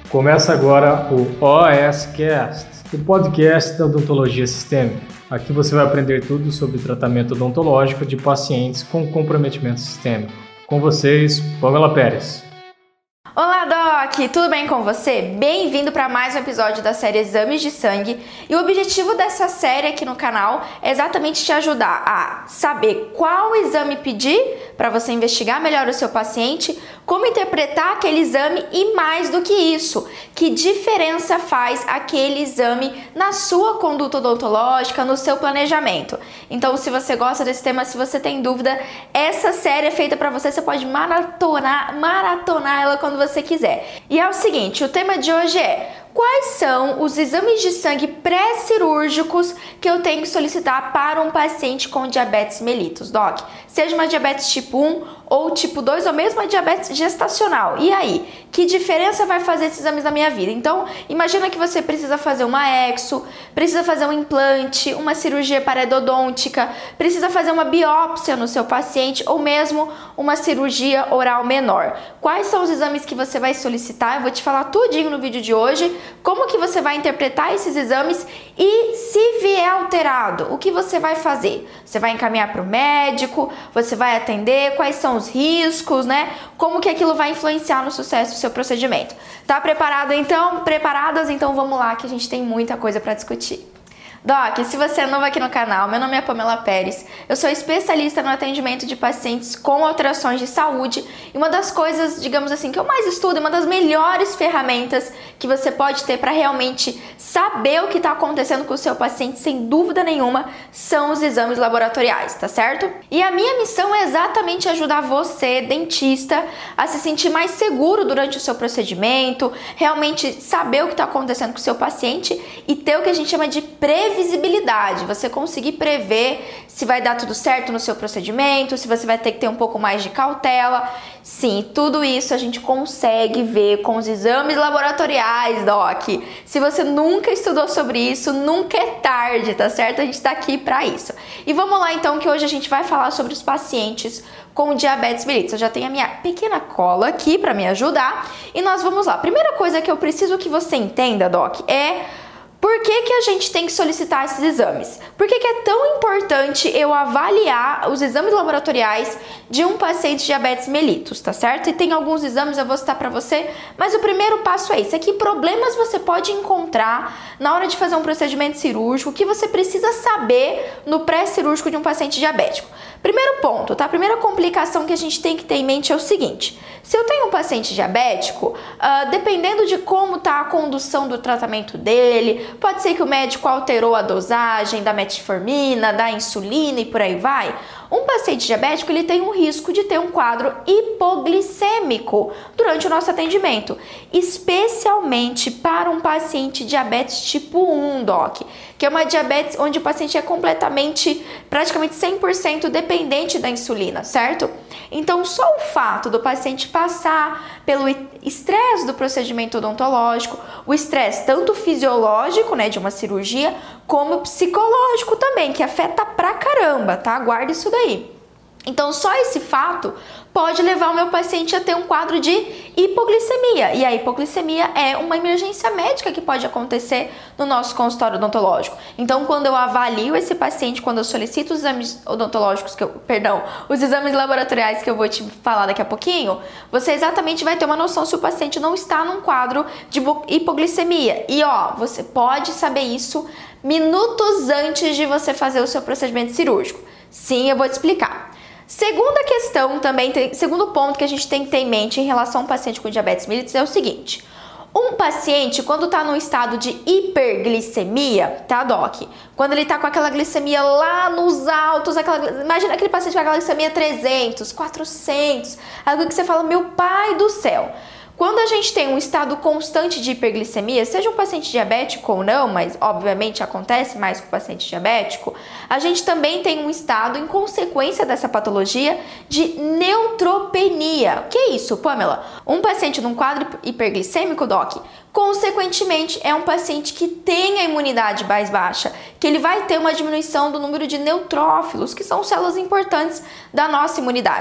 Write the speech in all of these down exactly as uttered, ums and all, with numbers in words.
Começa agora o O S Cast, o podcast da odontologia sistêmica. Aqui você vai aprender tudo sobre tratamento odontológico de pacientes com comprometimento sistêmico. Com vocês, Pamela Pérez. Olá, Doc! Tudo bem com você? Bem-vindo para mais um episódio da série Exames de Sangue. E o objetivo dessa série aqui no canal é exatamente te ajudar a saber qual exame pedir para você investigar melhor o seu paciente, como interpretar aquele exame e, mais do que isso, que diferença faz aquele exame na sua conduta odontológica, no seu planejamento. Então, se você gosta desse tema, se você tem dúvida, essa série é feita para você, você pode maratonar, maratonar ela quando você quiser. E é o seguinte, o tema de hoje é: quais são os exames de sangue pré-cirúrgicos que eu tenho que solicitar para um paciente com diabetes mellitus, Doc? Seja uma diabetes tipo um ou tipo dois ou mesmo a diabetes gestacional. E aí, que diferença vai fazer esses exames na minha vida? Então, imagina que você precisa fazer uma exo, precisa fazer um implante, uma cirurgia parodôntica, precisa fazer uma biópsia no seu paciente ou mesmo uma cirurgia oral menor. Quais são os exames que você vai solicitar? Eu vou te falar tudinho no vídeo de hoje, como que você vai interpretar esses exames e, se vier alterado, o que você vai fazer? Você vai encaminhar para o médico, você vai atender, quais são os riscos, né? Como que aquilo vai influenciar no sucesso do seu procedimento. Tá preparado então? Preparadas? Então vamos lá que a gente tem muita coisa para discutir. Doc, se você é novo aqui no canal, meu nome é Pamela Pérez, eu sou especialista no atendimento de pacientes com alterações de saúde e uma das coisas, digamos assim, que eu mais estudo, uma das melhores ferramentas que você pode ter para realmente saber o que está acontecendo com o seu paciente, sem dúvida nenhuma, são os exames laboratoriais, tá certo? E a minha missão é exatamente ajudar você, dentista, a se sentir mais seguro durante o seu procedimento, realmente saber o que está acontecendo com o seu paciente e ter o que a gente chama de prevenção. Previsibilidade, você conseguir prever se vai dar tudo certo no seu procedimento, se você vai ter que ter um pouco mais de cautela. Sim, tudo isso a gente consegue ver com os exames laboratoriais, Doc. Se você nunca estudou sobre isso, nunca é tarde, tá certo? A gente tá aqui pra isso. E vamos lá então, que hoje a gente vai falar sobre os pacientes com diabetes mellitus. Eu já tenho a minha pequena cola aqui pra me ajudar e nós vamos lá. Primeira coisa que eu preciso que você entenda, Doc, é por que que a gente tem que solicitar esses exames? Por que que é tão importante eu avaliar os exames laboratoriais de um paciente de diabetes mellitus, tá certo? E tem alguns exames, eu vou citar para você, mas o primeiro passo é esse, é que problemas você pode encontrar na hora de fazer um procedimento cirúrgico, que você precisa saber no pré-cirúrgico de um paciente diabético. Primeiro ponto, tá? A primeira complicação que a gente tem que ter em mente é o seguinte: se eu tenho um paciente diabético, uh, dependendo de como tá a condução do tratamento dele, pode ser que o médico alterou a dosagem da metformina, da insulina e por aí vai. Um paciente diabético, ele tem um risco de ter um quadro hipoglicêmico durante o nosso atendimento, especialmente para um paciente diabetes tipo um, Doc, que é uma diabetes onde o paciente é completamente, praticamente cem por cento dependente da insulina, certo? Então, só o fato do paciente passar pelo estresse do procedimento odontológico, o estresse tanto fisiológico, né, de uma cirurgia, como psicológico também, que afeta pra caramba, tá? Guarda isso daí. Então, só esse fato pode levar o meu paciente a ter um quadro de hipoglicemia. E a hipoglicemia é uma emergência médica que pode acontecer no nosso consultório odontológico. Então, quando eu avalio esse paciente, quando eu solicito os exames odontológicos, que eu, perdão, os exames laboratoriais que eu vou te falar daqui a pouquinho, você exatamente vai ter uma noção se o paciente não está num quadro de hipoglicemia. E ó, você pode saber isso minutos antes de você fazer o seu procedimento cirúrgico. Sim, eu vou te explicar. Segunda questão também, tem, segundo ponto que a gente tem que ter em mente em relação a um paciente com diabetes mellitus é o seguinte: um paciente, quando está num estado de hiperglicemia, tá, Doc? Quando ele tá com aquela glicemia lá nos altos, aquela, imagina aquele paciente com aquela glicemia trezentos, quatrocentos, algo que você fala, meu pai do céu. Quando a gente tem um estado constante de hiperglicemia, seja um paciente diabético ou não, mas obviamente acontece mais com o paciente diabético, a gente também tem um estado, em consequência dessa patologia, de neutropenia. O que é isso, Pamela? Um paciente num quadro hiperglicêmico, Doc, consequentemente é um paciente que tem a imunidade mais baixa, que ele vai ter uma diminuição do número de neutrófilos, que são células importantes da nossa imunidade.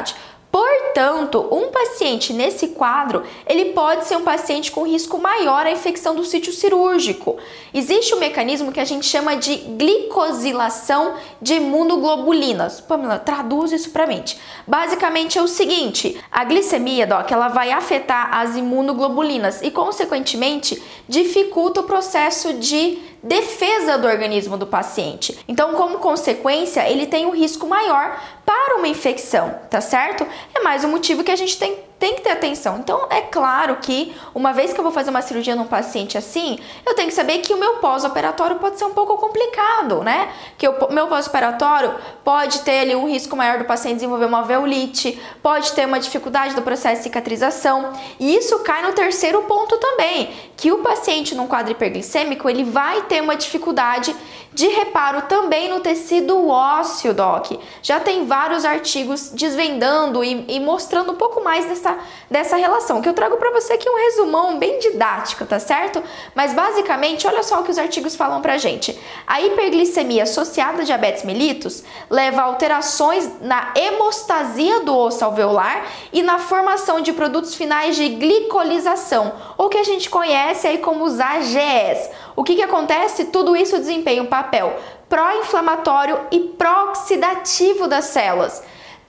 Portanto, um paciente nesse quadro, ele pode ser um paciente com risco maior à infecção do sítio cirúrgico. Existe um mecanismo que a gente chama de glicosilação de imunoglobulinas. Pamela, traduz isso para a mente. Basicamente é o seguinte, a glicemia, Doc, ela vai afetar as imunoglobulinas e, consequentemente, dificulta o processo de defesa do organismo do paciente. Então, como consequência, ele tem um risco maior para uma infecção, tá certo? É mais um motivo que a gente tem, tem que ter atenção. Então, é claro que uma vez que eu vou fazer uma cirurgia num paciente assim, eu tenho que saber que o meu pós-operatório pode ser um pouco complicado, né? Que o meu pós-operatório pode ter ali um risco maior do paciente desenvolver uma alveolite, pode ter uma dificuldade do processo de cicatrização. E isso cai no terceiro ponto também, que o paciente num quadro hiperglicêmico, ele vai ter uma dificuldade de reparo também no tecido ósseo, Doc. Já tem vários artigos desvendando e, e mostrando um pouco mais dessa, dessa relação, que eu trago para você aqui um resumão bem didático, tá certo? Mas basicamente, olha só o que os artigos falam pra gente. A hiperglicemia associada a diabetes mellitus leva a alterações na hemostasia do osso alveolar e na formação de produtos finais de glicolização, ou que a gente conhece aí como os A G Es. O que que acontece? Tudo isso desempenha um papel pró-inflamatório e pró-oxidativo das células.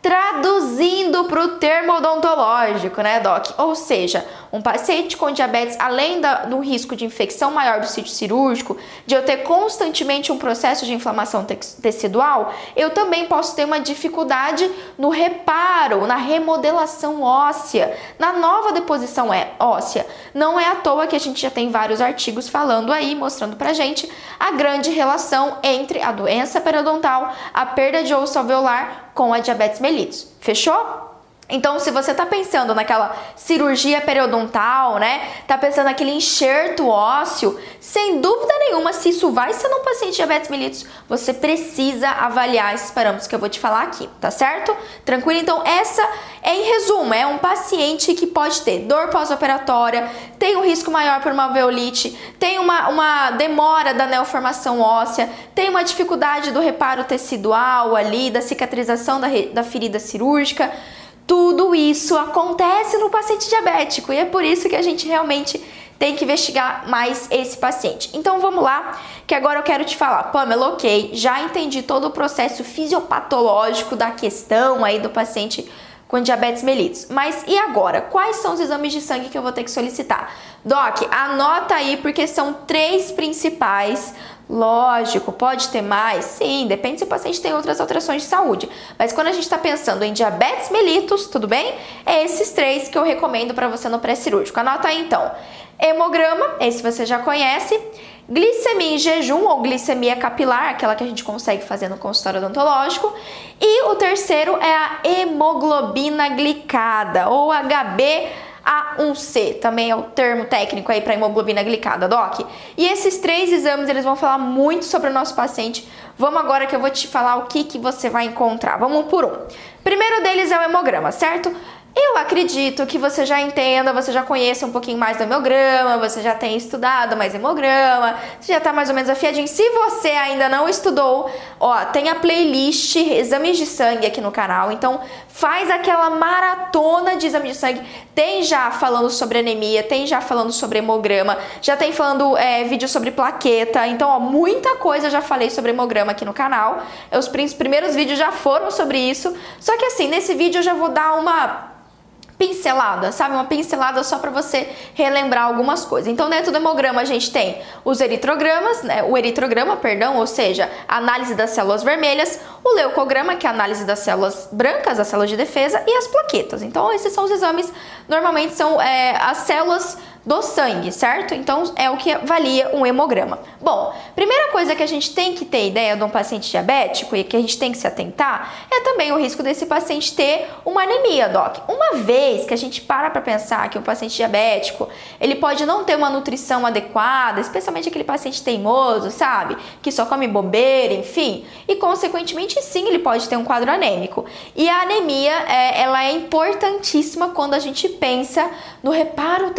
Traduzindo para o termo odontológico, né, Doc? Ou seja, um paciente com diabetes, além da, do risco de infecção maior do sítio cirúrgico, de eu ter constantemente um processo de inflamação tecidual, eu também posso ter uma dificuldade no reparo, na remodelação óssea, na nova deposição óssea. Não é à toa que a gente já tem vários artigos falando aí, mostrando pra gente a grande relação entre a doença periodontal, a perda de osso alveolar com a diabetes mellitus. Fechou? Então, se você tá pensando naquela cirurgia periodontal, né, tá pensando naquele enxerto ósseo, sem dúvida nenhuma, se isso vai ser num paciente de diabetes mellitus, você precisa avaliar esses parâmetros que eu vou te falar aqui, tá certo? Tranquilo? Então, essa é, em resumo, é um paciente que pode ter dor pós-operatória, tem um risco maior por uma alveolite, tem uma, uma demora da neoformação óssea, tem uma dificuldade do reparo tecidual ali, da cicatrização da, da ferida cirúrgica. Tudo isso acontece no paciente diabético e é por isso que a gente realmente tem que investigar mais esse paciente. Então vamos lá, que agora eu quero te falar, Pamela, ok, já entendi todo o processo fisiopatológico da questão aí do paciente com diabetes mellitus. Mas e agora? Quais são os exames de sangue que eu vou ter que solicitar? Doc, anota aí porque são três principais. Lógico, pode ter mais? Sim, depende se o paciente tem outras alterações de saúde. Mas quando a gente está pensando em diabetes mellitus, tudo bem? É esses três que eu recomendo para você no pré-cirúrgico. Anota aí então. Hemograma, esse você já conhece. Glicemia em jejum ou glicemia capilar, aquela que a gente consegue fazer no consultório odontológico. E o terceiro é a hemoglobina glicada ou H B A um C, também é o termo técnico aí para hemoglobina glicada, Doc. E esses três exames, eles vão falar muito sobre o nosso paciente. Vamos agora que eu vou te falar o que, que você vai encontrar. Vamos um por um. Primeiro deles é o hemograma, certo? Eu acredito que você já entenda, você já conheça um pouquinho mais do hemograma, você já tem estudado mais hemograma, você já está mais ou menos afiadinho. Se você ainda não estudou, ó, tem a playlist Exames de Sangue aqui no canal, então faz aquela maratona de exames de sangue. Tem já falando sobre anemia, tem já falando sobre hemograma, já tem falando é, vídeo sobre plaqueta, então ó, muita coisa eu já falei sobre hemograma aqui no canal. Os primeiros vídeos já foram sobre isso, só que assim, nesse vídeo eu já vou dar uma pincelada, sabe? Uma pincelada só para você relembrar algumas coisas. Então, dentro do hemograma, a gente tem os eritrogramas, né? O eritrograma, perdão, ou seja, a análise das células vermelhas, o leucograma, que é a análise das células brancas, as células de defesa, e as plaquetas. Então, esses são os exames, normalmente são é, as células do sangue, certo? Então, é o que avalia um hemograma. Bom, primeira coisa que a gente tem que ter ideia de um paciente diabético e que a gente tem que se atentar é também o risco desse paciente ter uma anemia, Doc. Uma vez que a gente para para pensar que um paciente diabético, ele pode não ter uma nutrição adequada, especialmente aquele paciente teimoso, sabe? Que só come bobeira, enfim. E, consequentemente, sim, ele pode ter um quadro anêmico. E a anemia, é, ela é importantíssima quando a gente pensa no reparo tecidual.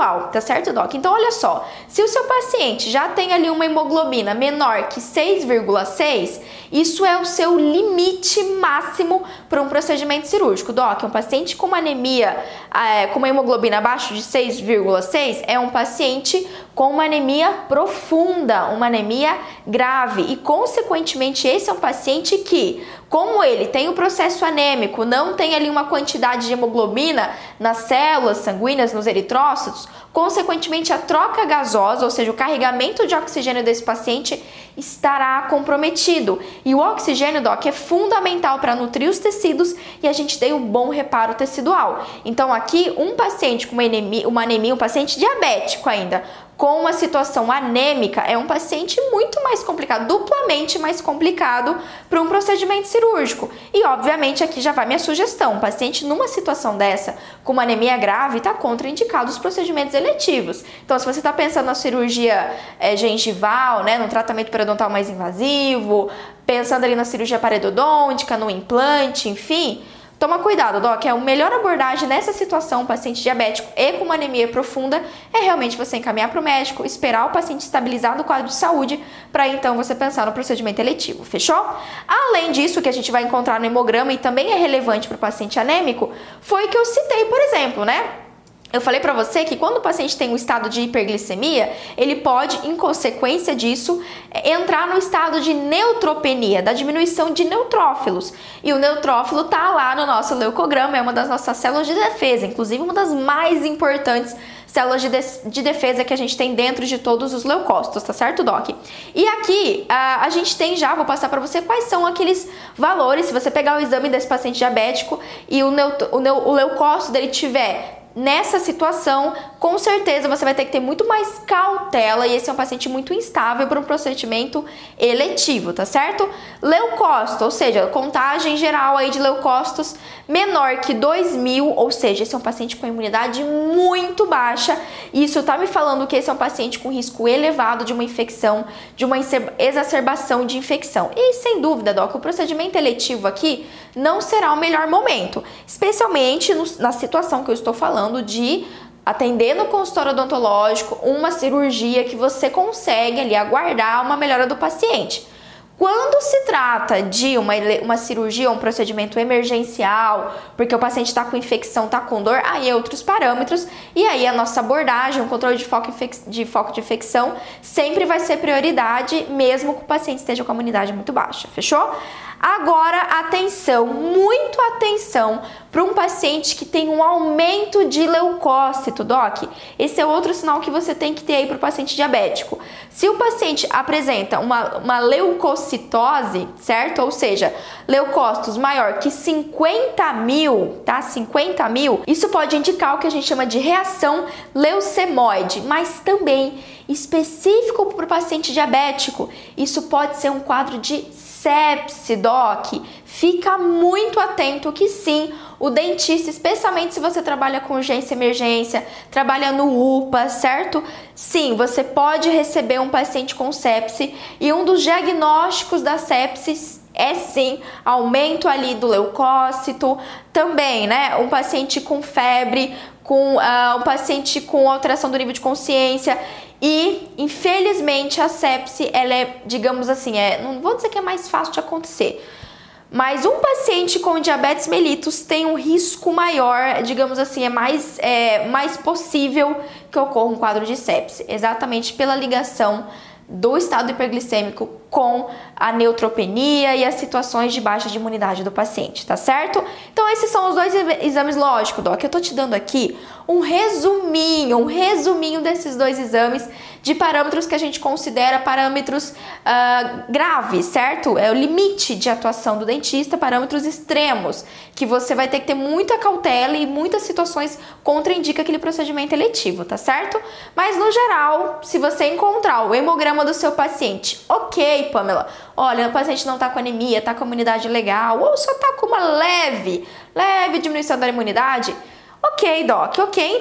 tecidual, tá certo, Doc? Então, olha só, se o seu paciente já tem ali uma hemoglobina menor que seis vírgula seis, isso é o seu limite máximo para um procedimento cirúrgico. Doc, um paciente com uma anemia, é, com uma hemoglobina abaixo de seis vírgula seis é um paciente com uma anemia profunda, uma anemia grave e, consequentemente, esse é um paciente que, como ele tem o processo anêmico, não tem ali uma quantidade de hemoglobina nas células sanguíneas, nos eritrócitos, consequentemente a troca gasosa, ou seja, o carregamento de oxigênio desse paciente estará comprometido. E o oxigênio, Doc, é fundamental para nutrir os tecidos e a gente tem um bom reparo tecidual. Então aqui, um paciente com uma anemia, uma anemia, um paciente diabético ainda, com uma situação anêmica, é um paciente muito mais complicado, duplamente mais complicado para um procedimento cirúrgico. E, obviamente, aqui já vai minha sugestão. Um paciente numa situação dessa, com uma anemia grave, está contraindicado os procedimentos eletivos. Então, se você está pensando na cirurgia é, gengival, né, no tratamento periodontal mais invasivo, pensando ali na cirurgia paredodôntica, no implante, enfim... Toma cuidado, Doc, é a melhor abordagem nessa situação, um paciente diabético e com uma anemia profunda, é realmente você encaminhar para o médico, esperar o paciente estabilizar no quadro de saúde, para então você pensar no procedimento eletivo, fechou? Além disso, que a gente vai encontrar no hemograma e também é relevante para o paciente anêmico, foi que eu citei, por exemplo, né? Eu falei para você que quando o paciente tem um estado de hiperglicemia, ele pode, em consequência disso, entrar no estado de neutropenia, da diminuição de neutrófilos. E o neutrófilo tá lá no nosso leucograma, é uma das nossas células de defesa, inclusive uma das mais importantes células de, de, de defesa que a gente tem dentro de todos os leucócitos, tá certo, Doc? E aqui a, a gente tem já, vou passar para você quais são aqueles valores, se você pegar o exame desse paciente diabético e o, neut, o, neu, o leucócito dele tiver nessa situação, com certeza você vai ter que ter muito mais cautela e esse é um paciente muito instável para um procedimento eletivo, tá certo? Leucócito, ou seja, contagem geral aí de leucócitos menor que dois mil, ou seja, esse é um paciente com imunidade muito baixa. Isso tá me falando que esse é um paciente com risco elevado de uma infecção, de uma exacerbação de infecção. E sem dúvida, Doc, o procedimento eletivo aqui não será o melhor momento, especialmente no, na situação que eu estou falando de atender no consultório odontológico uma cirurgia que você consegue ali aguardar uma melhora do paciente. Quando se trata de uma, uma cirurgia ou um procedimento emergencial, porque o paciente está com infecção, está com dor, aí é outros parâmetros, e aí a nossa abordagem, o controle de foco, de foco de infecção sempre vai ser prioridade, mesmo que o paciente esteja com a imunidade muito baixa, fechou? Agora, atenção, muito atenção para um paciente que tem um aumento de leucócito, Doc. Esse é outro sinal que você tem que ter aí para o paciente diabético. Se o paciente apresenta uma, uma leucocitose, certo? Ou seja, leucócitos maior que cinquenta mil, tá? cinquenta mil, isso pode indicar o que a gente chama de reação leucemóide, mas também específico para o paciente diabético, isso pode ser um quadro de sepse, Doc. Fica muito atento que sim, o dentista, especialmente se você trabalha com urgência e emergência, trabalha no U P A, certo? Sim, você pode receber um paciente com sepse e um dos diagnósticos da sepse é sim aumento ali do leucócito, também, né? Um paciente com febre, com uh, um paciente com alteração do nível de consciência. E, infelizmente, a sepse, ela é, digamos assim, é, não vou dizer que é mais fácil de acontecer, mas um paciente com diabetes mellitus tem um risco maior, digamos assim, é mais, é, mais possível que ocorra um quadro de sepse, exatamente pela ligação do estado hiperglicêmico com a neutropenia e as situações de baixa de imunidade do paciente, tá certo? Então esses são os dois exames, lógico, Doc, eu tô te dando aqui um resuminho, um resuminho desses dois exames de parâmetros que a gente considera parâmetros uh, graves, certo? É o limite de atuação do dentista, parâmetros extremos, que você vai ter que ter muita cautela e muitas situações contraindica aquele procedimento eletivo, tá certo? Mas no geral, se você encontrar o hemograma do seu paciente, ok, Pamela, olha, o paciente não tá com anemia, tá com a imunidade legal, ou só tá com uma leve, leve diminuição da imunidade, ok, Doc, ok, então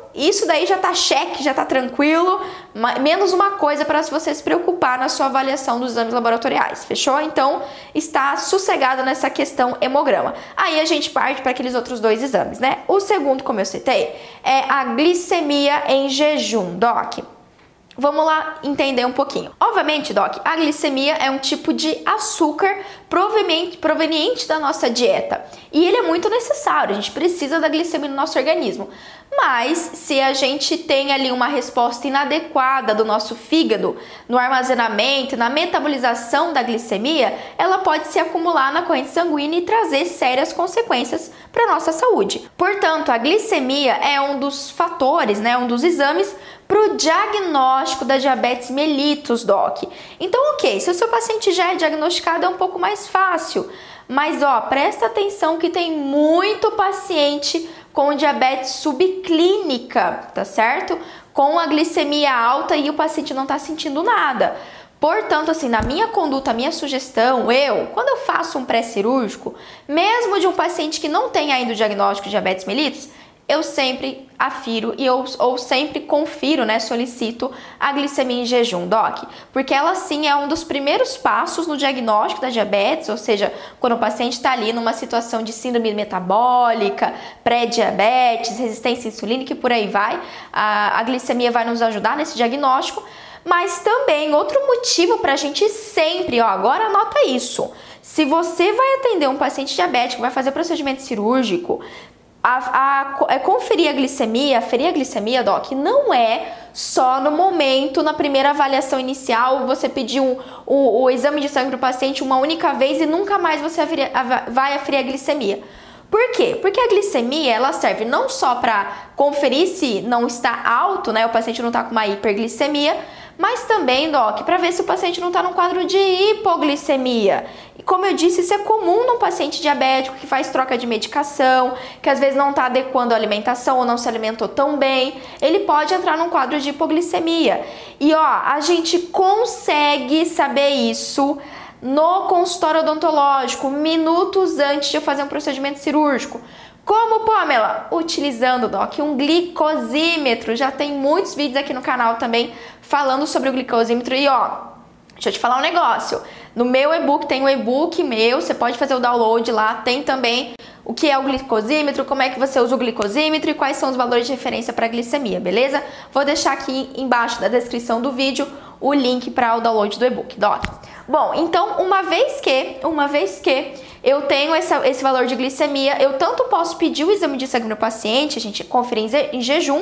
isso daí já tá cheque, já tá tranquilo, menos uma coisa para você se preocupar na sua avaliação dos exames laboratoriais, fechou? Então, está sossegado nessa questão hemograma. Aí a gente parte para aqueles outros dois exames, né? O segundo, como eu citei, é a glicemia em jejum, Doc. Vamos lá entender um pouquinho. Obviamente, Doc, a glicemia é um tipo de açúcar proveniente, proveniente da nossa dieta. E ele é muito necessário, a gente precisa da glicemia no nosso organismo. Mas, se a gente tem ali uma resposta inadequada do nosso fígado no armazenamento, na metabolização da glicemia, ela pode se acumular na corrente sanguínea e trazer sérias consequências para a nossa saúde. Portanto, a glicemia é um dos fatores, né, um dos exames para o diagnóstico da diabetes mellitus, Doc. Então, ok, se o seu paciente já é diagnosticado, é um pouco mais fácil. Mas, ó, presta atenção que tem muito paciente com diabetes subclínica, tá certo? Com a glicemia alta e o paciente não tá sentindo nada. Portanto, assim, na minha conduta, a minha sugestão, eu, quando eu faço um pré-cirúrgico, mesmo de um paciente que não tem ainda o diagnóstico de diabetes mellitus, eu sempre afiro e eu, ou sempre confiro, né, solicito a glicemia em jejum, Doc, porque ela sim é um dos primeiros passos no diagnóstico da diabetes, ou seja, quando o paciente está ali numa situação de síndrome metabólica, pré-diabetes, resistência insulínica e por aí vai, a, a glicemia vai nos ajudar nesse diagnóstico, mas também outro motivo para a gente sempre, ó, agora anota isso, se você vai atender um paciente diabético, vai fazer procedimento cirúrgico, A, a, a conferir a glicemia, aferir a glicemia, Doc, não é só no momento, na primeira avaliação inicial, você pedir um, o, o exame de sangue para o paciente uma única vez e nunca mais você aferir, vai aferir a glicemia. Por quê? Porque a glicemia, ela serve não só para conferir se não está alto, né, o paciente não está com uma hiperglicemia, mas também, Doc, para ver se o paciente não está num quadro de hipoglicemia. E como eu disse, isso é comum num paciente diabético que faz troca de medicação, que às vezes não está adequando a alimentação ou não se alimentou tão bem. Ele pode entrar num quadro de hipoglicemia. E ó, a gente consegue saber isso no consultório odontológico, minutos antes de eu fazer um procedimento cirúrgico. Como, Pamela? Utilizando, Doc, um glicosímetro. Já tem muitos vídeos aqui no canal também falando sobre o glicosímetro. E ó, deixa eu te falar um negócio. No meu e-book, tem um e-book meu, você pode fazer o download lá. Tem também o que é o glicosímetro, como é que você usa o glicosímetro e quais são os valores de referência para a glicemia, beleza? Vou deixar aqui embaixo da descrição do vídeo o link para o download do e-book, Doc. Bom, então, uma vez que, uma vez que eu tenho essa, esse valor de glicemia, eu tanto posso pedir o exame de sangue no paciente, a gente conferir em jejum,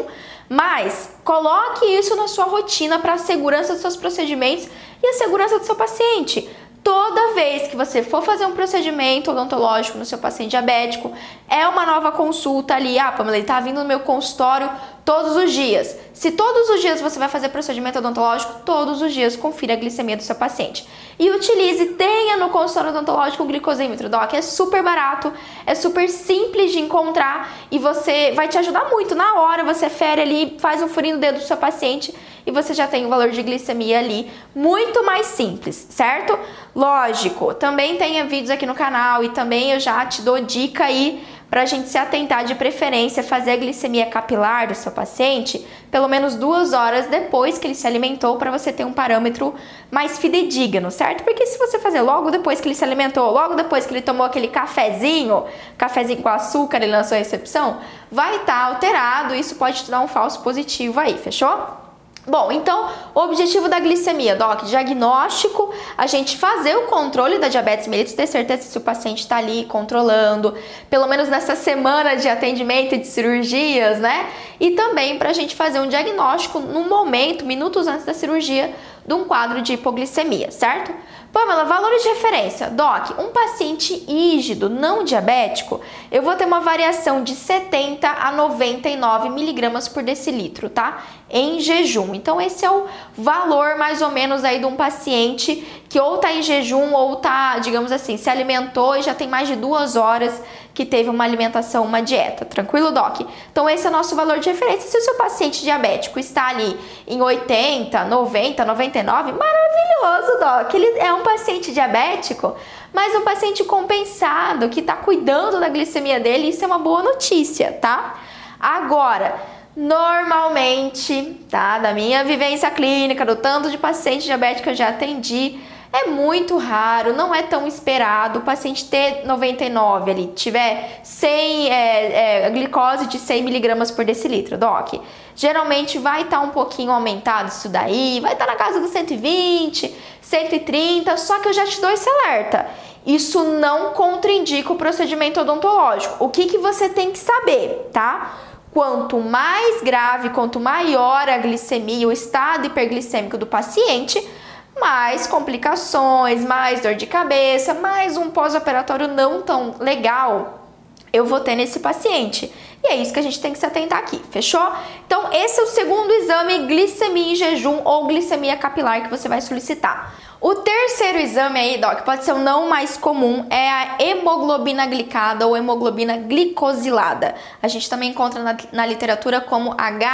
mas coloque isso na sua rotina para a segurança dos seus procedimentos e a segurança do seu paciente. Toda vez que você for fazer um procedimento odontológico no seu paciente diabético, é uma nova consulta ali. Ah, Pamela, ele tá vindo no meu consultório todos os dias. Se todos os dias você vai fazer procedimento odontológico, todos os dias confira a glicemia do seu paciente. E utilize, tenha no consultório odontológico o glicosímetro, Doc. É super barato, é super simples de encontrar e você vai te ajudar muito. Na hora você fere ali, faz um furinho no dedo do seu paciente e você já tem o valor de glicemia ali muito mais simples, certo? Lógico, também tem vídeos aqui no canal e também eu já te dou dica aí para a gente se atentar, de preferência, fazer a glicemia capilar do seu paciente pelo menos duas horas depois que ele se alimentou, para você ter um parâmetro mais fidedigno, certo? Porque se você fazer logo depois que ele se alimentou, logo depois que ele tomou aquele cafezinho, cafezinho com açúcar ele na sua recepção, vai estar alterado e isso pode te dar um falso positivo aí, fechou? Bom, então, o objetivo da glicemia, Doc, diagnóstico, a gente fazer o controle da diabetes mellitus, ter certeza se o paciente está ali controlando, pelo menos nessa semana de atendimento e de cirurgias, né? E também para a gente fazer um diagnóstico no momento, minutos antes da cirurgia, de um quadro de hipoglicemia, certo? Pamela, valores de referência. Doc, um paciente rígido, não diabético, eu vou ter uma variação de setenta a noventa e nove miligramas por decilitro, tá? Em jejum. Então, esse é o valor mais ou menos aí de um paciente que ou tá em jejum ou tá, digamos assim, se alimentou e já tem mais de duas horas que teve uma alimentação, uma dieta. Tranquilo, Doc? Então, esse é o nosso valor de referência. Se o seu paciente diabético está ali em oitenta, noventa, noventa e nove, maravilhoso, Doc. Ele é um paciente diabético, mas um paciente compensado, que está cuidando da glicemia dele, isso é uma boa notícia, tá? Agora, Normalmente, tá? Da minha vivência clínica, do tanto de paciente diabético que eu já atendi, é muito raro, não é tão esperado o paciente ter noventa e nove ali, tiver cem, é, é, glicose de cem miligramas por decilitro, doc. Geralmente vai estar tá um pouquinho aumentado isso daí, vai estar tá na casa dos cento e vinte, cento e trinta, só que eu já te dou esse alerta. Isso não contraindica o procedimento odontológico. O que que você tem que saber, tá? Quanto mais grave, quanto maior a glicemia, o estado hiperglicêmico do paciente, mais complicações, mais dor de cabeça, mais um pós-operatório não tão legal eu vou ter nesse paciente. E é isso que a gente tem que se atentar aqui, fechou? Então esse é o segundo exame, glicemia em jejum ou glicemia capilar, que você vai solicitar. O terceiro exame aí, doc, pode ser o não mais comum, é a hemoglobina glicada ou hemoglobina glicosilada. A gente também encontra na, na literatura como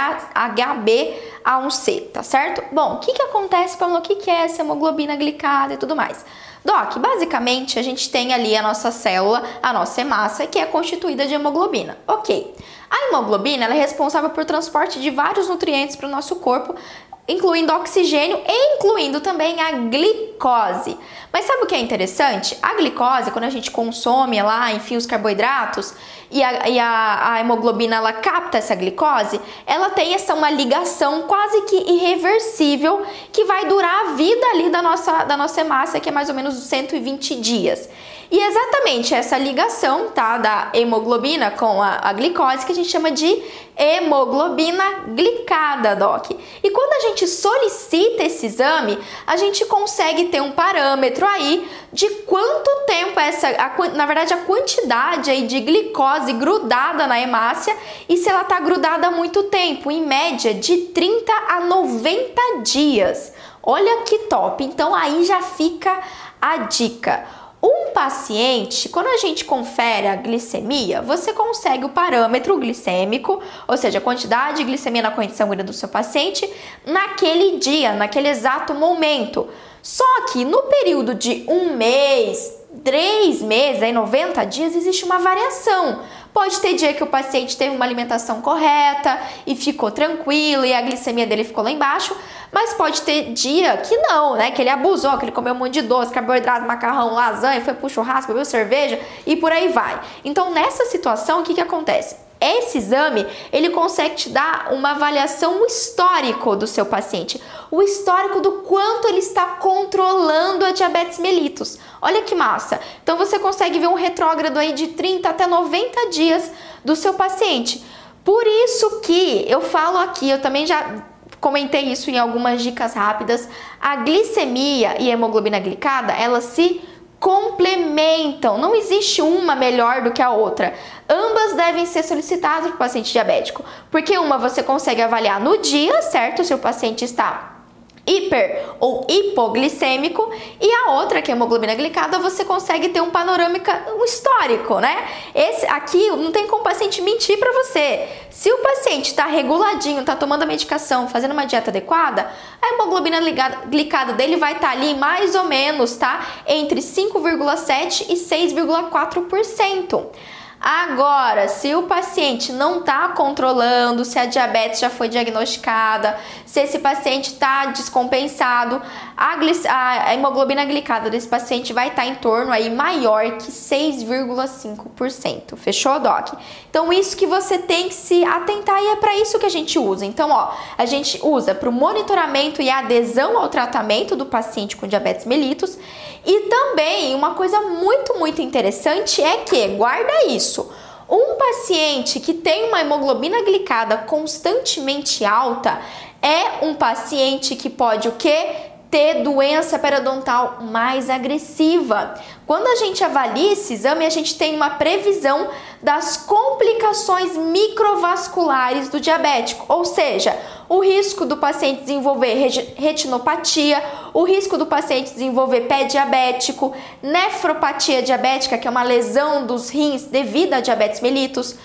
H B A um C, tá certo? Bom, o que que acontece, Paulo? O que que é essa hemoglobina glicada e tudo mais? Doc, basicamente a gente tem ali a nossa célula, a nossa hemácia, que é constituída de hemoglobina. Ok. A hemoglobina ela é responsável por transporte de vários nutrientes para o nosso corpo, incluindo oxigênio e incluindo também a glicose. Mas sabe o que é interessante? A glicose, quando a gente consome lá, enfia os carboidratos e a, e a, a hemoglobina ela capta essa glicose, ela tem essa uma ligação quase que irreversível que vai durar a vida ali da nossa, da nossa hemácia, que é mais ou menos cento e vinte dias. E exatamente essa ligação, tá, da hemoglobina com a, a glicose que a gente chama de hemoglobina glicada, doc. E quando a gente solicita esse exame, a gente consegue ter um parâmetro aí de quanto tempo essa, a, na verdade a quantidade aí de glicose grudada na hemácia e se ela tá grudada há muito tempo, em média de trinta a noventa dias. Olha que top! Então aí já fica a dica. Um paciente, quando a gente confere a glicemia, você consegue o parâmetro glicêmico, ou seja, a quantidade de glicemia na corrente sanguínea do seu paciente naquele dia, naquele exato momento. Só que no período de um mês, três meses, aí noventa dias, existe uma variação. Pode ter dia que o paciente teve uma alimentação correta e ficou tranquilo e a glicemia dele ficou lá embaixo, mas pode ter dia que não, né? Que ele abusou, que ele comeu um monte de doce, carboidrato, macarrão, lasanha, foi pro churrasco, bebeu cerveja e por aí vai. Então, nessa situação, o que que acontece? Esse exame, ele consegue te dar uma avaliação histórico do seu paciente, o histórico do quanto ele está controlando a diabetes mellitus. Olha que massa! Então você consegue ver um retrógrado aí de trinta até noventa dias do seu paciente. Por isso que eu falo aqui, eu também já comentei isso em algumas dicas rápidas, a glicemia e a hemoglobina glicada, elas se complementam, não existe uma melhor do que a outra. Ambas devem ser solicitadas para o paciente diabético, porque uma você consegue avaliar no dia, certo? Se o paciente está hiper ou hipoglicêmico, e a outra, que é a hemoglobina glicada, você consegue ter um panorâmica, um histórico, né? Esse aqui não tem como o paciente mentir para você. Se o paciente está reguladinho, está tomando a medicação, fazendo uma dieta adequada, a hemoglobina glicada dele vai estar tá ali mais ou menos, tá? Entre cinco vírgula sete e seis vírgula quatro por cento. Agora, se o paciente não está controlando, se a diabetes já foi diagnosticada, se esse paciente está descompensado, a, a hemoglobina glicada desse paciente vai estar tá em torno aí maior que seis vírgula cinco por cento. Fechou, doc? Então, isso que você tem que se atentar e é para isso que a gente usa. Então, ó, a gente usa para o monitoramento e adesão ao tratamento do paciente com diabetes mellitus. E também, uma coisa muito, muito interessante é que, guarda isso, um paciente que tem uma hemoglobina glicada constantemente alta é um paciente que pode o quê? Ter doença periodontal mais agressiva. Quando a gente avalia esse exame, a gente tem uma previsão das complicações microvasculares do diabético, ou seja, o risco do paciente desenvolver retinopatia, o risco do paciente desenvolver pé diabético, nefropatia diabética, que é uma lesão dos rins devido a diabetes mellitus,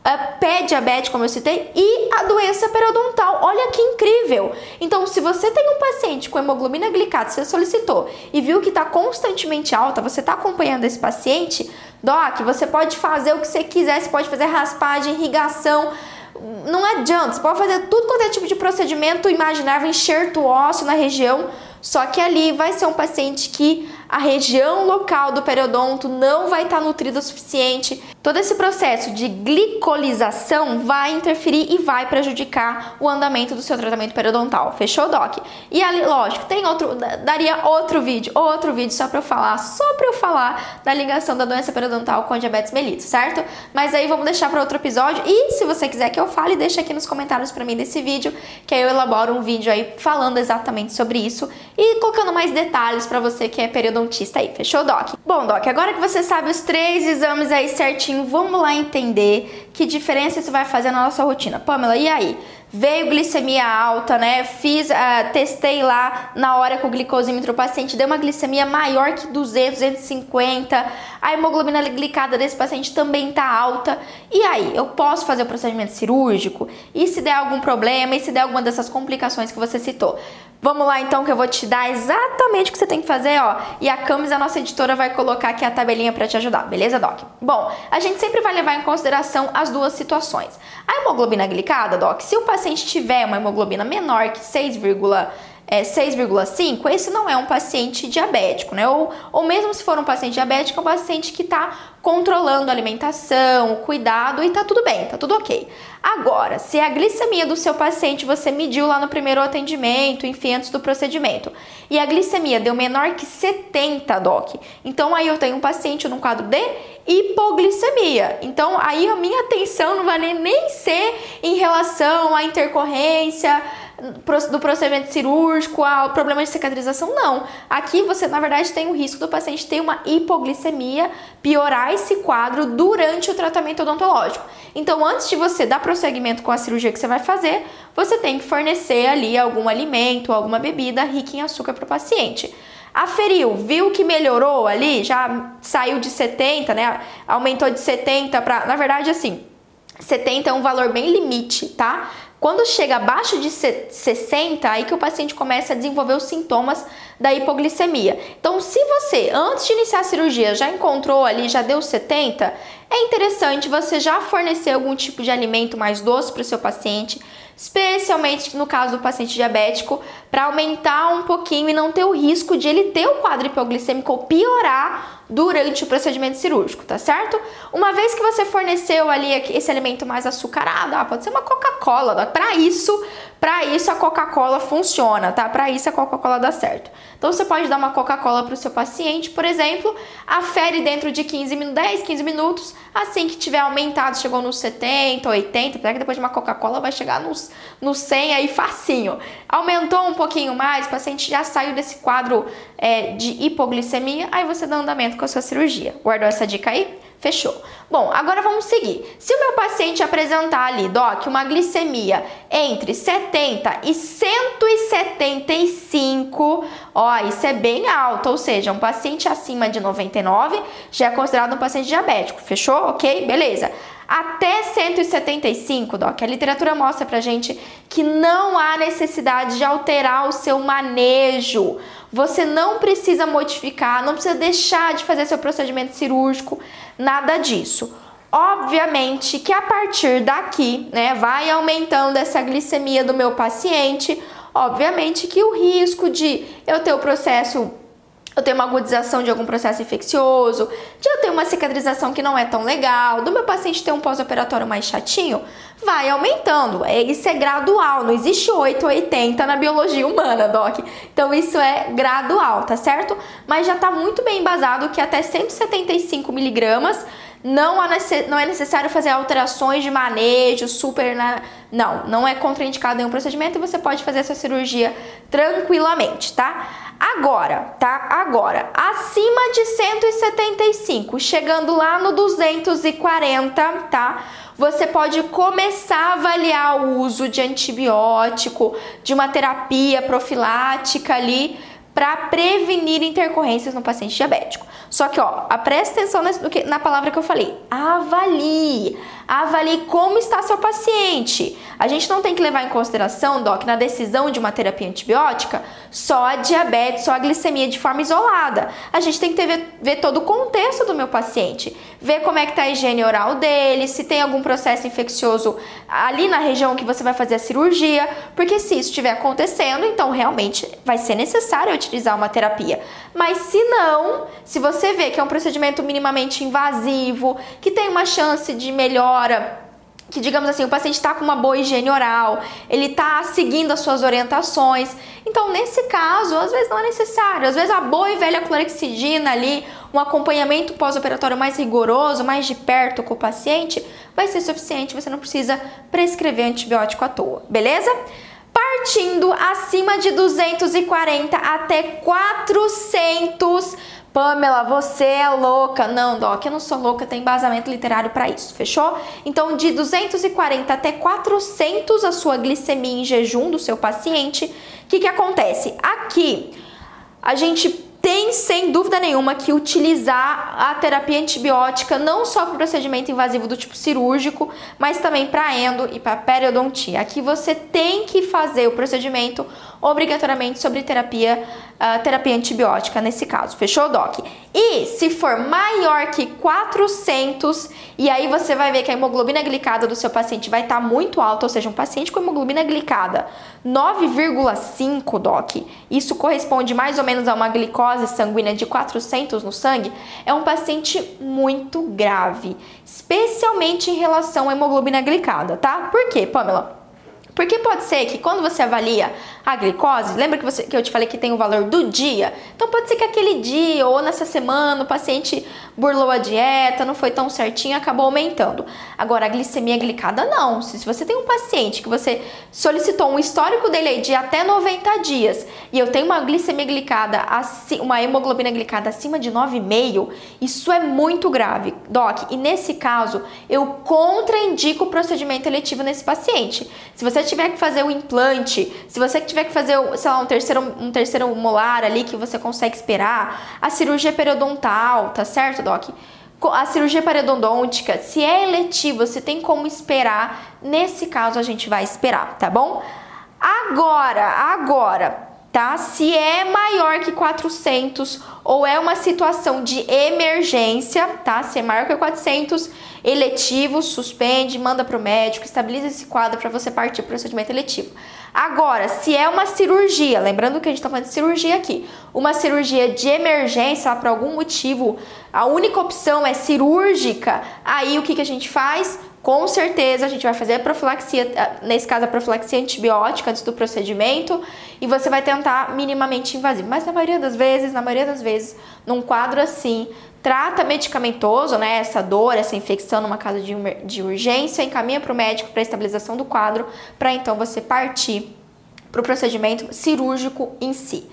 pé diabético, como eu citei, e a doença periodontal. Olha que incrível! Então, se você tem um paciente com hemoglobina glicada, você solicitou e viu que está constantemente alta, você está acompanhando esse paciente, doc, você pode fazer o que você quiser, você pode fazer raspagem, irrigação, não adianta, você pode fazer tudo quanto é tipo de procedimento imaginável, enxerto ósseo na região, só que ali vai ser um paciente que a região local do periodonto não vai estar nutrida o suficiente. Todo esse processo de glicolização vai interferir e vai prejudicar o andamento do seu tratamento periodontal. Fechou, Doc? E ali, lógico, tem outro, daria outro vídeo, outro vídeo só para eu falar, só para eu falar da ligação da doença periodontal com a diabetes mellitus, certo? Mas aí vamos deixar para outro episódio e se você quiser que eu fale, deixa aqui nos comentários para mim desse vídeo, que aí eu elaboro um vídeo aí falando exatamente sobre isso e colocando mais detalhes para você que é periodontista aí. Fechou, Doc? Bom, Doc, agora que você sabe os três exames aí certinho, vamos lá entender que diferença isso vai fazer na nossa rotina. Pamela, e aí? Veio glicemia alta, né? Fiz, uh, testei lá na hora com o glicosímetro, o paciente deu uma glicemia maior que duzentos, duzentos e cinquenta. A hemoglobina glicada desse paciente também tá alta. E aí, eu posso fazer o procedimento cirúrgico? E se der algum problema? E se der alguma dessas complicações que você citou? Vamos lá então que eu vou te dar exatamente o que você tem que fazer, ó. E a Camis, a nossa editora, vai colocar aqui a tabelinha para te ajudar, beleza, Doc? Bom, a gente sempre vai levar em consideração as duas situações. A hemoglobina glicada, Doc, se o paciente tiver uma hemoglobina menor que seis vírgula cinco, esse não é um paciente diabético, né? Ou, ou mesmo se for um paciente diabético, é um paciente que está controlando a alimentação, o cuidado e tá tudo bem, tá tudo ok. Agora, se a glicemia do seu paciente você mediu lá no primeiro atendimento, enfim, antes do procedimento, e a glicemia deu menor que setenta, Doc, então aí eu tenho um paciente num quadro de hipoglicemia. Então aí a minha atenção não vai nem ser em relação à intercorrência do procedimento cirúrgico, ao problema de cicatrização, não. Aqui você, na verdade, tem o risco do paciente ter uma hipoglicemia, piorar esse quadro durante o tratamento odontológico. Então, antes de você dar prosseguimento com a cirurgia que você vai fazer, você tem que fornecer ali algum alimento, alguma bebida rica em açúcar para o paciente. Aferiu, viu que melhorou ali, já saiu de setenta, né? Aumentou de setenta para, na verdade, assim, setenta é um valor bem limite, tá? Quando chega abaixo de sessenta, aí que o paciente começa a desenvolver os sintomas da hipoglicemia. Então, se você, antes de iniciar a cirurgia, já encontrou ali, já deu setenta, é interessante você já fornecer algum tipo de alimento mais doce para o seu paciente, especialmente no caso do paciente diabético, para aumentar um pouquinho e não ter o risco de ele ter o quadro hipoglicêmico ou piorar durante o procedimento cirúrgico, tá certo? Uma vez que você forneceu ali esse alimento mais açucarado, ah, pode ser uma Coca-Cola, para isso, para isso a Coca-Cola funciona, tá? Para isso a Coca-Cola dá certo. Então você pode dar uma Coca-Cola para o seu paciente, por exemplo, afere dentro de quinze minutos, dez, quinze minutos, assim que tiver aumentado, chegou nos setenta, oitenta, porque depois de uma Coca-Cola vai chegar nos, nos cem aí facinho. Aumentou um pouquinho mais, o paciente já saiu desse quadro é, de hipoglicemia, aí você dá andamento com a sua cirurgia. Guardou essa dica aí? Fechou. Bom, agora vamos seguir. Se o meu paciente apresentar ali, Doc, uma glicemia entre setenta e cento e setenta e cinco, ó, isso é bem alto, ou seja, um paciente acima de noventa e nove já é considerado um paciente diabético. Fechou? Ok? Beleza. Até cento e setenta e cinco, Doc, a literatura mostra pra gente que não há necessidade de alterar o seu manejo. Você não precisa modificar, não precisa deixar de fazer seu procedimento cirúrgico, nada disso. Obviamente que a partir daqui, né, vai aumentando essa glicemia do meu paciente, obviamente que o risco de eu ter o processo, eu ter uma agudização de algum processo infeccioso, de eu ter uma cicatrização que não é tão legal, do meu paciente ter um pós-operatório mais chatinho, vai aumentando. Isso é gradual, não existe oito ou oitenta na biologia humana, Doc. Então isso é gradual, tá certo? Mas já tá muito bem embasado que até cento e setenta e cinco miligramas não, há necess... não é necessário fazer alterações de manejo, super... Não, não é contraindicado nenhum procedimento e você pode fazer essa cirurgia tranquilamente, tá? Agora, tá? Agora, acima de cento e setenta e cinco, chegando lá no duzentos e quarenta, tá? Você pode começar a avaliar o uso de antibiótico, de uma terapia profilática ali, para prevenir intercorrências no paciente diabético. Só que, ó, presta atenção na palavra que eu falei. Avalie. Avalie como está seu paciente. A gente não tem que levar em consideração, Doc, na decisão de uma terapia antibiótica, só a diabetes, só a glicemia de forma isolada. A gente tem que ter, ver, ver todo o contexto do meu paciente. Ver como é que está a higiene oral dele, se tem algum processo infeccioso ali na região que você vai fazer a cirurgia. Porque se isso estiver acontecendo, então realmente vai ser necessário utilizar uma terapia. Mas se não, se você vê que é um procedimento minimamente invasivo, que tem uma chance de melhora, que digamos assim, o paciente está com uma boa higiene oral, ele está seguindo as suas orientações, então nesse caso, às vezes não é necessário, às vezes a boa e velha clorexidina ali, um acompanhamento pós-operatório mais rigoroso, mais de perto com o paciente, vai ser suficiente, você não precisa prescrever antibiótico à toa, beleza? Partindo acima de duzentos e quarenta até quatrocentos. Pamela, você é louca. Não, Doc, eu não sou louca, tem embasamento literário para isso, fechou? Então, de duzentos e quarenta até quatrocentos a sua glicemia em jejum do seu paciente. O que que acontece? Aqui, a gente tem, sem dúvida nenhuma, que utilizar a terapia antibiótica não só para o procedimento invasivo do tipo cirúrgico, mas também para endo e para periodontia. Aqui você tem que fazer o procedimento obrigatoriamente sobre terapia, uh, terapia antibiótica nesse caso. Fechou, Doc? E se for maior que quatrocentos, e aí você vai ver que a hemoglobina glicada do seu paciente vai estar tá muito alta, ou seja, um paciente com hemoglobina glicada nove vírgula cinco, Doc, isso corresponde mais ou menos a uma glicose sanguínea de quatrocentos no sangue, é um paciente muito grave, especialmente em relação à hemoglobina glicada, tá? Por quê, Pamela? Porque pode ser que quando você avalia a glicose, lembra que, você, que eu te falei que tem o valor do dia? Então pode ser que aquele dia ou nessa semana o paciente burlou a dieta, não foi tão certinho, acabou aumentando. Agora a glicemia glicada não. Se você tem um paciente que você solicitou um histórico dele de até noventa dias e eu tenho uma glicemia glicada, uma hemoglobina glicada acima de nove vírgula cinco, isso é muito grave, Doc. E nesse caso eu contraindico o procedimento eletivo nesse paciente. Se você tiver que fazer o implante, se você tiver que fazer, sei lá, um terceiro, um terceiro molar ali que você consegue esperar, a cirurgia periodontal, tá certo, Doc? A cirurgia periodontica, se é eletivo, você tem como esperar, nesse caso a gente vai esperar, tá bom? Agora, agora, tá? Se é maior que quatrocentos ou é uma situação de emergência, tá? Se é maior que quatrocentos, eletivo, suspende, manda para o médico, estabiliza esse quadro para você partir para o procedimento eletivo. Agora, se é uma cirurgia, lembrando que a gente está falando de cirurgia aqui, uma cirurgia de emergência, por algum motivo, a única opção é cirúrgica, aí o que, que a gente faz? Com certeza a gente vai fazer a profilaxia, nesse caso a profilaxia antibiótica antes do procedimento, e você vai tentar minimamente invasivo. Mas na maioria das vezes, na maioria das vezes, num quadro assim, trata medicamentoso, né, essa dor, essa infecção numa casa de, de urgência, encaminha para o médico para estabilização do quadro, para então você partir para o procedimento cirúrgico em si.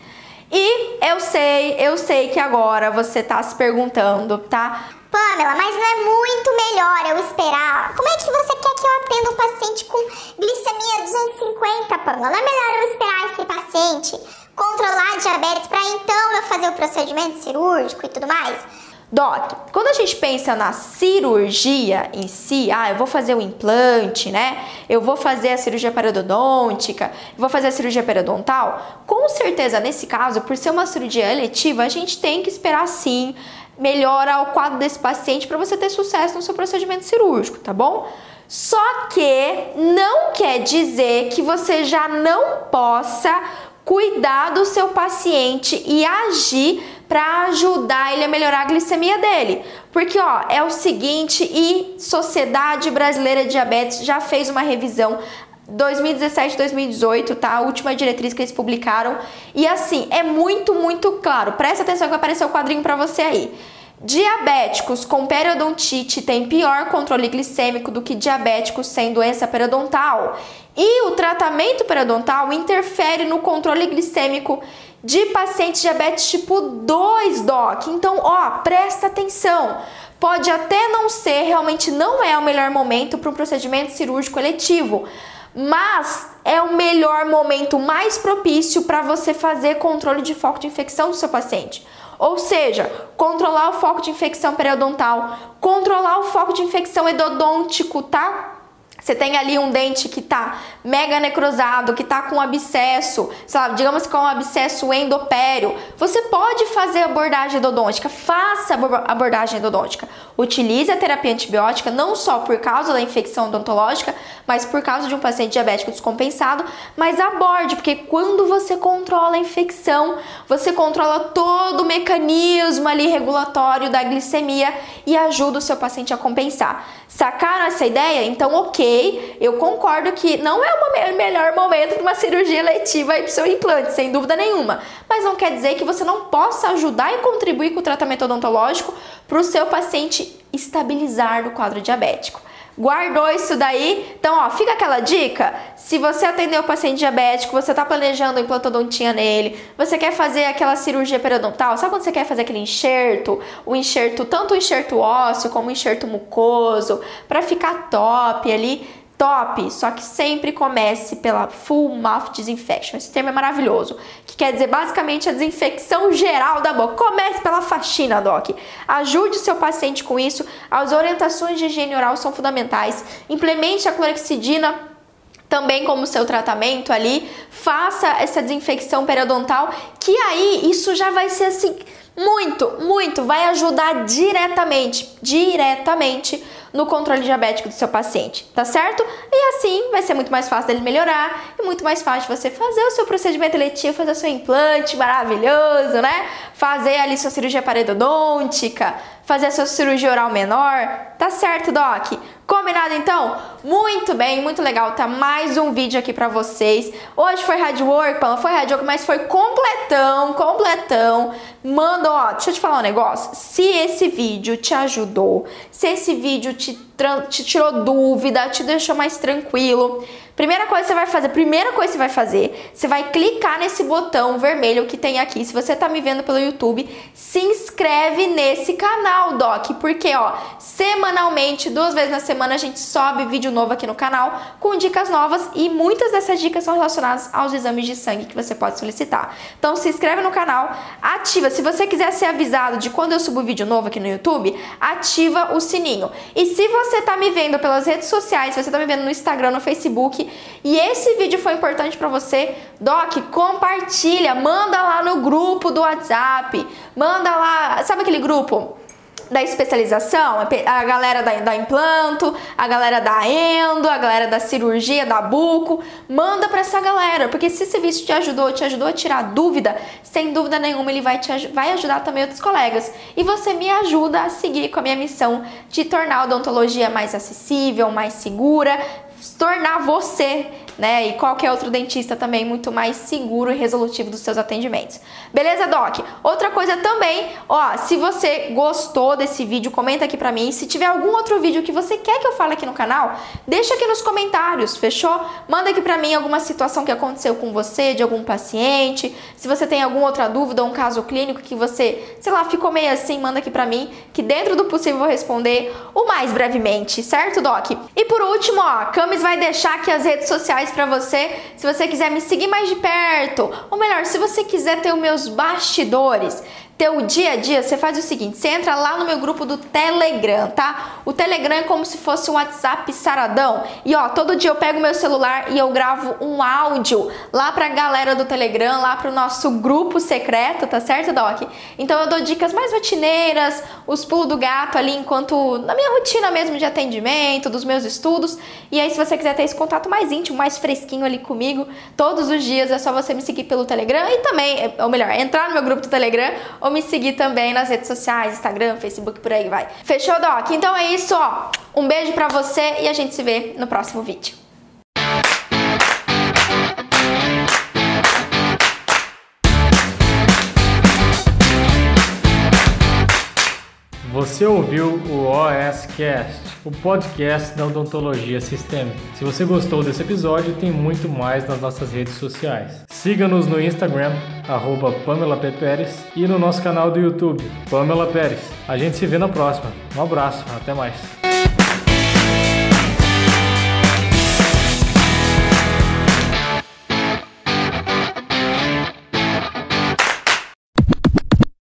E eu sei, eu sei que agora você está se perguntando, tá? Pamela, mas não é muito melhor eu esperar? Como é que você quer que eu atenda um paciente com glicemia duzentos e cinquenta, Pamela? Não é melhor eu esperar esse paciente controlar a diabetes para então eu fazer o procedimento cirúrgico e tudo mais? Doc, quando a gente pensa na cirurgia em si, ah, eu vou fazer o implante, né? Eu vou fazer a cirurgia periodontica, eu vou fazer a cirurgia periodontal, com certeza nesse caso, por ser uma cirurgia eletiva, a gente tem que esperar sim melhora o quadro desse paciente para você ter sucesso no seu procedimento cirúrgico, tá bom? Só que não quer dizer que você já não possa cuidar do seu paciente e agir para ajudar ele a melhorar a glicemia dele. Porque, ó, é o seguinte, e Sociedade Brasileira de Diabetes já fez uma revisão dois mil e dezessete, dois mil e dezoito, tá? A última diretriz que eles publicaram. E assim, é muito, muito claro. Presta atenção que vai aparecer o quadrinho para você aí. Diabéticos com periodontite têm pior controle glicêmico do que diabéticos sem doença periodontal. E o tratamento periodontal interfere no controle glicêmico de pacientes diabetes tipo dois, Doc. Então, ó, presta atenção. Pode até não ser, realmente não é o melhor momento para um procedimento cirúrgico eletivo. mas é o melhor momento, mais propício para você fazer controle de foco de infecção do seu paciente. Ou seja, controlar o foco de infecção periodontal, controlar o foco de infecção endodôntico, tá? Você tem ali um dente que tá mega necrosado, que tá com abscesso, sabe, digamos que com um abscesso endopério. Você pode fazer abordagem endodôntica, faça abordagem endodôntica. Utilize a terapia antibiótica não só por causa da infecção odontológica, mas por causa de um paciente diabético descompensado, mas aborde, porque quando você controla a infecção, você controla todo o mecanismo ali regulatório da glicemia e ajuda o seu paciente a compensar. Sacaram essa ideia? Então, ok, eu concordo que não é o melhor momento de uma cirurgia eletiva para o seu implante, sem dúvida nenhuma. Mas não quer dizer que você não possa ajudar e contribuir com o tratamento odontológico para o seu paciente estabilizar no quadro diabético. Guardou isso daí? Então, ó, fica aquela dica. Se você atender o paciente diabético, você tá planejando implantodontia nele, você quer fazer aquela cirurgia periodontal, sabe quando você quer fazer aquele enxerto? O enxerto, tanto o enxerto ósseo como o enxerto mucoso, para ficar top ali. Top, só que sempre comece pela Full Mouth Disinfection. Esse termo é maravilhoso, que quer dizer basicamente a desinfecção geral da boca. Comece pela faxina, doc. Ajude o seu paciente com isso. As orientações de higiene oral são fundamentais. Implemente a clorexidina também como seu tratamento ali. Faça essa desinfecção periodontal, que aí isso já vai ser assim, muito, muito, vai ajudar diretamente, diretamente no controle diabético do seu paciente, tá certo? E assim vai ser muito mais fácil dele melhorar e muito mais fácil você fazer o seu procedimento eletivo, fazer o seu implante maravilhoso, né? Fazer ali sua cirurgia periodontica, fazer a sua cirurgia oral menor, tá certo, doc? Combinado então? Muito bem, muito legal, tá mais um vídeo aqui pra vocês. Hoje foi hard work, Paula, foi hard work, mas foi completão, completão. Manda, ó, deixa eu te falar um negócio. Se esse vídeo te ajudou, se esse vídeo te, te tirou dúvida, te deixou mais tranquilo, primeira coisa que você vai fazer, primeira coisa que você vai fazer, você vai clicar nesse botão vermelho que tem aqui. Se você tá me vendo pelo YouTube, se inscreve nesse canal, doc, porque, ó, semanalmente, duas vezes na semana, a gente sobe vídeo novo aqui no canal com dicas novas e muitas dessas dicas são relacionadas aos exames de sangue que você pode solicitar. Então, se inscreve no canal, ativa. Se você quiser ser avisado de quando eu subo vídeo novo aqui no YouTube, ativa o sininho. E se você tá me vendo pelas redes sociais, se você tá me vendo no Instagram, no Facebook, e esse vídeo foi importante para você, doc, compartilha, manda lá no grupo do WhatsApp, manda lá, sabe aquele grupo da especialização, a galera da, da implanto, a galera da endo, a galera da cirurgia, da buco, manda pra essa galera, porque se esse vídeo te ajudou, te ajudou a tirar dúvida, sem dúvida nenhuma ele vai, te, vai ajudar também outros colegas, e você me ajuda a seguir com a minha missão de tornar a odontologia mais acessível, mais segura, tornar você, né, e qualquer outro dentista também muito mais seguro e resolutivo dos seus atendimentos. Beleza, doc? Outra coisa também, ó, se você gostou desse vídeo, comenta aqui pra mim. Se tiver algum outro vídeo que você quer que eu fale aqui no canal, deixa aqui nos comentários, fechou? Manda aqui pra mim alguma situação que aconteceu com você, de algum paciente. Se você tem alguma outra dúvida ou um caso clínico que você, sei lá, ficou meio assim, manda aqui pra mim, que dentro do possível eu vou responder o mais brevemente, certo, doc? E por último, ó, a Camis vai deixar aqui as redes sociais pra você, se você quiser me seguir mais de perto, ou melhor, se você quiser ter os meus bastidores, teu dia a dia, você faz o seguinte, você entra lá no meu grupo do Telegram, tá? O Telegram é como se fosse um WhatsApp saradão. E ó, todo dia eu pego meu celular e eu gravo um áudio lá pra galera do Telegram, lá pro nosso grupo secreto, tá certo, doc? Então eu dou dicas mais rotineiras, os pulos do gato ali, enquanto na minha rotina mesmo de atendimento, dos meus estudos. E aí se você quiser ter esse contato mais íntimo, mais fresquinho ali comigo, todos os dias é só você me seguir pelo Telegram e também, ou melhor, entrar no meu grupo do Telegram, ou me seguir também nas redes sociais, Instagram, Facebook, por aí vai. Fechou, doc? Então é isso, ó. Um beijo pra você e a gente se vê no próximo vídeo. Você ouviu o O S Cast, o podcast da odontologia sistêmica. Se você gostou desse episódio, tem muito mais nas nossas redes sociais. Siga-nos no Instagram, arroba Pamela P. Pérez, e no nosso canal do YouTube, Pamela Pérez. A gente se vê na próxima. Um abraço, até mais.